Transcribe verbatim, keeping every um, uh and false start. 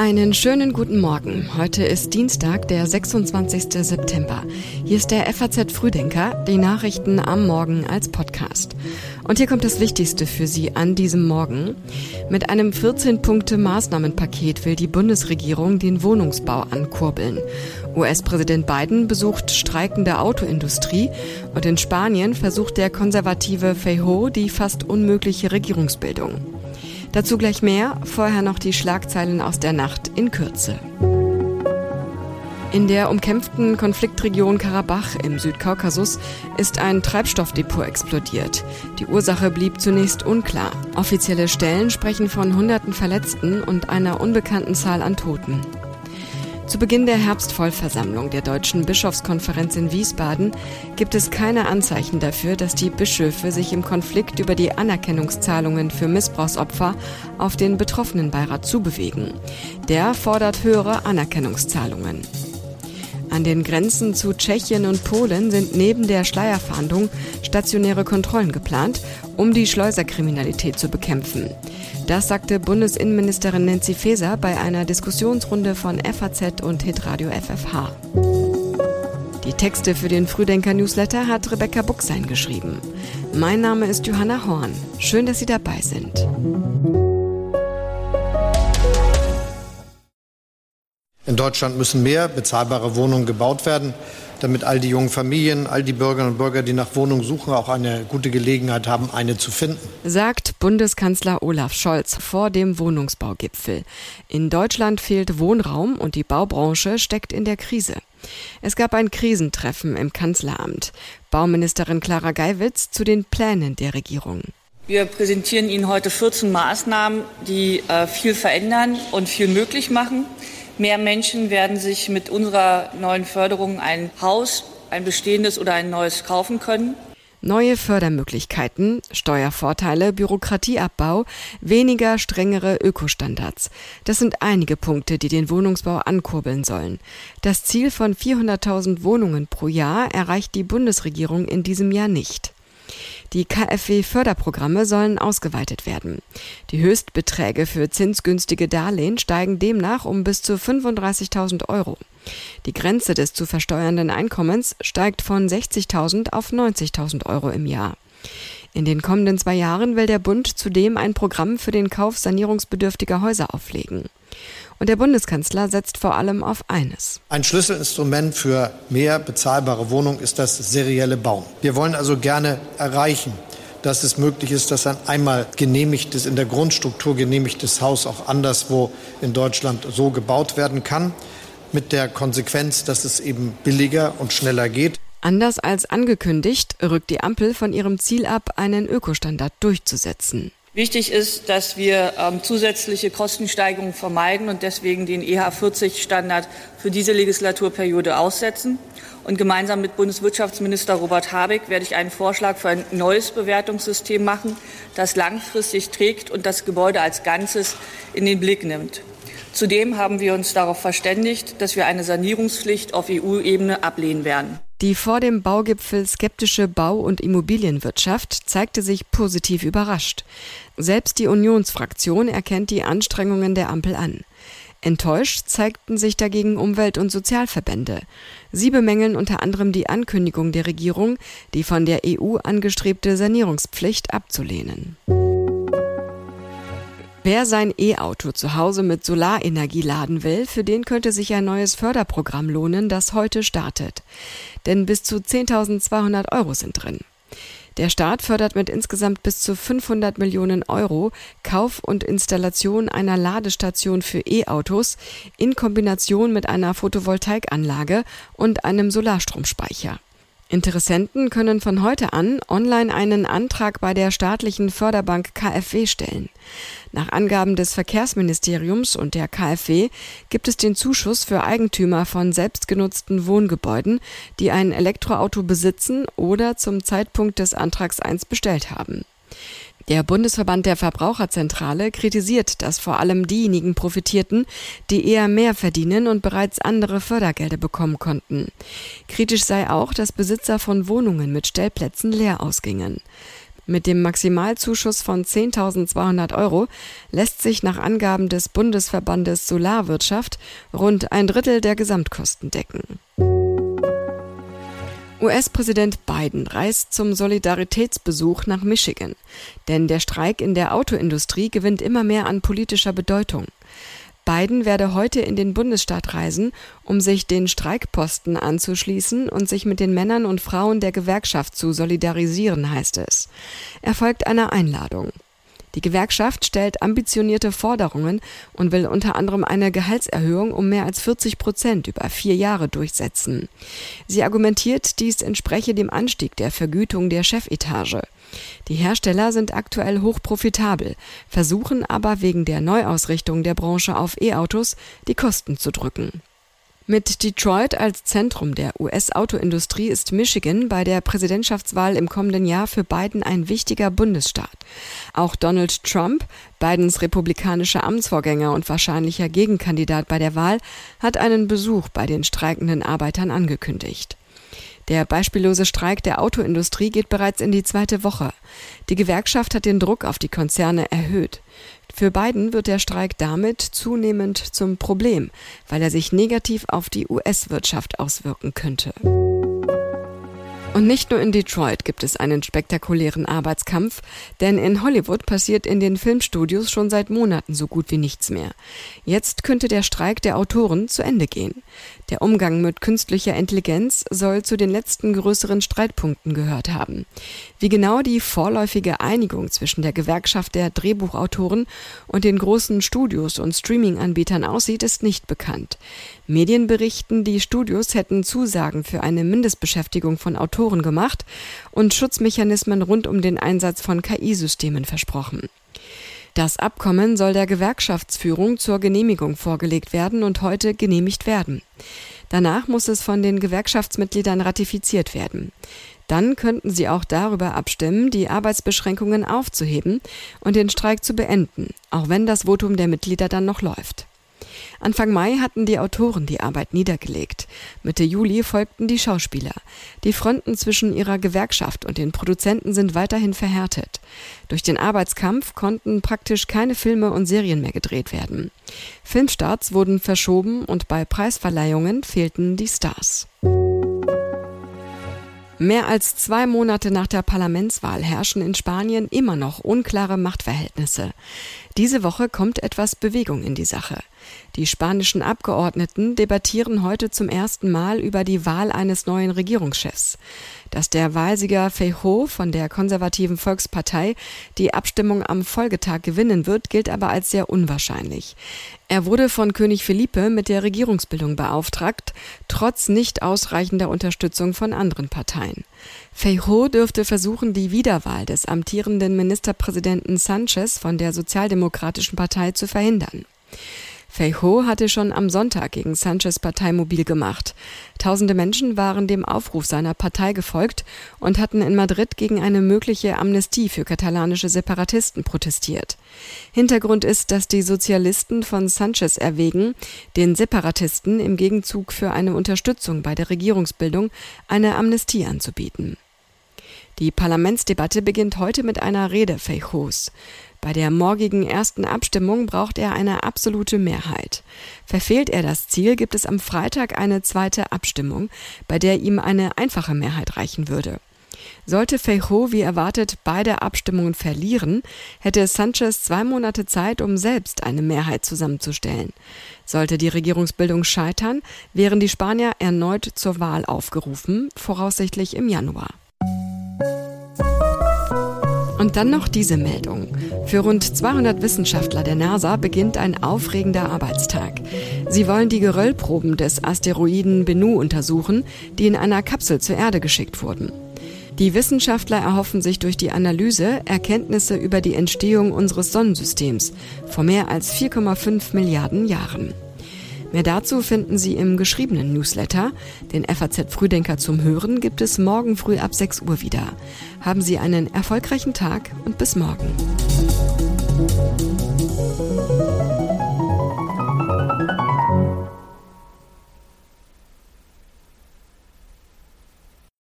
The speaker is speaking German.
Einen schönen guten Morgen. Heute ist Dienstag, der sechsundzwanzigster September. Hier ist der F A Z Frühdenker, die Nachrichten am Morgen als Podcast. Und hier kommt das Wichtigste für Sie an diesem Morgen. Mit einem vierzehn-Punkte-Maßnahmenpaket will die Bundesregierung den Wohnungsbau ankurbeln. U S-Präsident Biden besucht streikende Autoindustrie und in Spanien versucht der konservative Feijóo die fast unmögliche Regierungsbildung. Dazu gleich mehr, vorher noch die Schlagzeilen aus der Nacht in Kürze. In der umkämpften Konfliktregion Karabach im Südkaukasus ist ein Treibstoffdepot explodiert. Die Ursache blieb zunächst unklar. Offizielle Stellen sprechen von hunderten Verletzten und einer unbekannten Zahl an Toten. Zu Beginn der Herbstvollversammlung der Deutschen Bischofskonferenz in Wiesbaden gibt es keine Anzeichen dafür, dass die Bischöfe sich im Konflikt über die Anerkennungszahlungen für Missbrauchsopfer auf den Betroffenenbeirat zubewegen. Der fordert höhere Anerkennungszahlungen. An den Grenzen zu Tschechien und Polen sind neben der Schleierfahndung stationäre Kontrollen geplant, um die Schleuserkriminalität zu bekämpfen. Das sagte Bundesinnenministerin Nancy Faeser bei einer Diskussionsrunde von F A Z und Hitradio F F H. Die Texte für den Frühdenker-Newsletter hat Rebecca Buchsein geschrieben. Mein Name ist Johanna Horn. Schön, dass Sie dabei sind. In Deutschland müssen mehr bezahlbare Wohnungen gebaut werden, damit all die jungen Familien, all die Bürgerinnen und Bürger, die nach Wohnungen suchen, auch eine gute Gelegenheit haben, eine zu finden. Sagt Bundeskanzler Olaf Scholz vor dem Wohnungsbaugipfel. In Deutschland fehlt Wohnraum und die Baubranche steckt in der Krise. Es gab ein Krisentreffen im Kanzleramt. Bauministerin Clara Geiwitz zu den Plänen der Regierung. Wir präsentieren Ihnen heute vierzehn Maßnahmen, die äh, viel verändern und viel möglich machen. Mehr Menschen werden sich mit unserer neuen Förderung ein Haus, ein bestehendes oder ein neues kaufen können. Neue Fördermöglichkeiten, Steuervorteile, Bürokratieabbau, weniger strengere Ökostandards. Das sind einige Punkte, die den Wohnungsbau ankurbeln sollen. Das Ziel von vierhunderttausend Wohnungen pro Jahr erreicht die Bundesregierung in diesem Jahr nicht. Die K f W-Förderprogramme sollen ausgeweitet werden. Die Höchstbeträge für zinsgünstige Darlehen steigen demnach um bis zu fünfunddreißigtausend Euro. Die Grenze des zu versteuernden Einkommens steigt von sechzigtausend auf neunzigtausend Euro im Jahr. In den kommenden zwei Jahren will der Bund zudem ein Programm für den Kauf sanierungsbedürftiger Häuser auflegen. Und der Bundeskanzler setzt vor allem auf eines. Ein Schlüsselinstrument für mehr bezahlbare Wohnungen ist das serielle Bauen. Wir wollen also gerne erreichen, dass es möglich ist, dass ein einmal genehmigtes, in der Grundstruktur genehmigtes Haus auch anderswo in Deutschland so gebaut werden kann, mit der Konsequenz, dass es eben billiger und schneller geht. Anders als angekündigt, rückt die Ampel von ihrem Ziel ab, einen Ökostandard durchzusetzen. Wichtig ist, dass wir ähm, zusätzliche Kostensteigerungen vermeiden und deswegen den E H vierzig Standard für diese Legislaturperiode aussetzen. Und gemeinsam mit Bundeswirtschaftsminister Robert Habeck werde ich einen Vorschlag für ein neues Bewertungssystem machen, das langfristig trägt und das Gebäude als Ganzes in den Blick nimmt. Zudem haben wir uns darauf verständigt, dass wir eine Sanierungspflicht auf E U-Ebene ablehnen werden. Die vor dem Baugipfel skeptische Bau- und Immobilienwirtschaft zeigte sich positiv überrascht. Selbst die Unionsfraktion erkennt die Anstrengungen der Ampel an. Enttäuscht zeigten sich dagegen Umwelt- und Sozialverbände. Sie bemängeln unter anderem die Ankündigung der Regierung, die von der E U angestrebte Sanierungspflicht abzulehnen. Wer sein E-Auto zu Hause mit Solarenergie laden will, für den könnte sich ein neues Förderprogramm lohnen, das heute startet. Denn bis zu zehntausendzweihundert Euro sind drin. Der Staat fördert mit insgesamt bis zu fünfhundert Millionen Euro Kauf und Installation einer Ladestation für E-Autos in Kombination mit einer Photovoltaikanlage und einem Solarstromspeicher. Interessenten können von heute an online einen Antrag bei der staatlichen Förderbank K f W stellen. Nach Angaben des Verkehrsministeriums und der K f W gibt es den Zuschuss für Eigentümer von selbstgenutzten Wohngebäuden, die ein Elektroauto besitzen oder zum Zeitpunkt des Antrags eins bestellt haben. Der Bundesverband der Verbraucherzentrale kritisiert, dass vor allem diejenigen profitierten, die eher mehr verdienen und bereits andere Fördergelder bekommen konnten. Kritisch sei auch, dass Besitzer von Wohnungen mit Stellplätzen leer ausgingen. Mit dem Maximalzuschuss von zehntausendzweihundert Euro lässt sich nach Angaben des Bundesverbandes Solarwirtschaft rund ein Drittel der Gesamtkosten decken. U S-Präsident Biden reist zum Solidaritätsbesuch nach Michigan, denn der Streik in der Autoindustrie gewinnt immer mehr an politischer Bedeutung. Biden werde heute in den Bundesstaat reisen, um sich den Streikposten anzuschließen und sich mit den Männern und Frauen der Gewerkschaft zu solidarisieren, heißt es. Er folgt einer Einladung. Die Gewerkschaft stellt ambitionierte Forderungen und will unter anderem eine Gehaltserhöhung um mehr als vierzig Prozent über vier Jahre durchsetzen. Sie argumentiert, dies entspreche dem Anstieg der Vergütung der Chefetage. Die Hersteller sind aktuell hochprofitabel, versuchen aber wegen der Neuausrichtung der Branche auf E-Autos die Kosten zu drücken. Mit Detroit als Zentrum der U S-Autoindustrie ist Michigan bei der Präsidentschaftswahl im kommenden Jahr für Biden ein wichtiger Bundesstaat. Auch Donald Trump, Bidens republikanischer Amtsvorgänger und wahrscheinlicher Gegenkandidat bei der Wahl, hat einen Besuch bei den streikenden Arbeitern angekündigt. Der beispiellose Streik der Autoindustrie geht bereits in die zweite Woche. Die Gewerkschaft hat den Druck auf die Konzerne erhöht. Für Biden wird der Streik damit zunehmend zum Problem, weil er sich negativ auf die U S-Wirtschaft auswirken könnte. Und nicht nur in Detroit gibt es einen spektakulären Arbeitskampf, denn in Hollywood passiert in den Filmstudios schon seit Monaten so gut wie nichts mehr. Jetzt könnte der Streik der Autoren zu Ende gehen. Der Umgang mit künstlicher Intelligenz soll zu den letzten größeren Streitpunkten gehört haben. Wie genau die vorläufige Einigung zwischen der Gewerkschaft der Drehbuchautoren und den großen Studios und Streaming-Anbietern aussieht, ist nicht bekannt. Medien berichten, die Studios hätten Zusagen für eine Mindestbeschäftigung von Autoren gemacht und Schutzmechanismen rund um den Einsatz von K I-Systemen versprochen. Das Abkommen soll der Gewerkschaftsführung zur Genehmigung vorgelegt werden und heute genehmigt werden. Danach muss es von den Gewerkschaftsmitgliedern ratifiziert werden. Dann könnten sie auch darüber abstimmen, die Arbeitsbeschränkungen aufzuheben und den Streik zu beenden, auch wenn das Votum der Mitglieder dann noch läuft. Anfang Mai hatten die Autoren die Arbeit niedergelegt. Mitte Juli folgten die Schauspieler. Die Fronten zwischen ihrer Gewerkschaft und den Produzenten sind weiterhin verhärtet. Durch den Arbeitskampf konnten praktisch keine Filme und Serien mehr gedreht werden. Filmstarts wurden verschoben und bei Preisverleihungen fehlten die Stars. Mehr als zwei Monate nach der Parlamentswahl herrschen in Spanien immer noch unklare Machtverhältnisse. Diese Woche kommt etwas Bewegung in die Sache. Die spanischen Abgeordneten debattieren heute zum ersten Mal über die Wahl eines neuen Regierungschefs. Dass der Wahlsieger Feijóo von der konservativen Volkspartei die Abstimmung am Folgetag gewinnen wird, gilt aber als sehr unwahrscheinlich. Er wurde von König Felipe mit der Regierungsbildung beauftragt, trotz nicht ausreichender Unterstützung von anderen Parteien. Feijóo dürfte versuchen, die Wiederwahl des amtierenden Ministerpräsidenten Sánchez von der Sozialdemokratischen Partei zu verhindern. Feijóo hatte schon am Sonntag gegen Sánchez Partei mobil gemacht. Tausende Menschen waren dem Aufruf seiner Partei gefolgt und hatten in Madrid gegen eine mögliche Amnestie für katalanische Separatisten protestiert. Hintergrund ist, dass die Sozialisten von Sánchez erwägen, den Separatisten im Gegenzug für eine Unterstützung bei der Regierungsbildung eine Amnestie anzubieten. Die Parlamentsdebatte beginnt heute mit einer Rede Feijóos. Bei der morgigen ersten Abstimmung braucht er eine absolute Mehrheit. Verfehlt er das Ziel, gibt es am Freitag eine zweite Abstimmung, bei der ihm eine einfache Mehrheit reichen würde. Sollte Feijóo wie erwartet beide Abstimmungen verlieren, hätte Sánchez zwei Monate Zeit, um selbst eine Mehrheit zusammenzustellen. Sollte die Regierungsbildung scheitern, wären die Spanier erneut zur Wahl aufgerufen, voraussichtlich im Januar. Und dann noch diese Meldung. Für rund zweihundert Wissenschaftler der NASA beginnt ein aufregender Arbeitstag. Sie wollen die Geröllproben des Asteroiden Bennu untersuchen, die in einer Kapsel zur Erde geschickt wurden. Die Wissenschaftler erhoffen sich durch die Analyse Erkenntnisse über die Entstehung unseres Sonnensystems vor mehr als vier Komma fünf Milliarden Jahren. Mehr dazu finden Sie im geschriebenen Newsletter. Den F A Z Frühdenker zum Hören gibt es morgen früh ab sechs Uhr wieder. Haben Sie einen erfolgreichen Tag und bis morgen.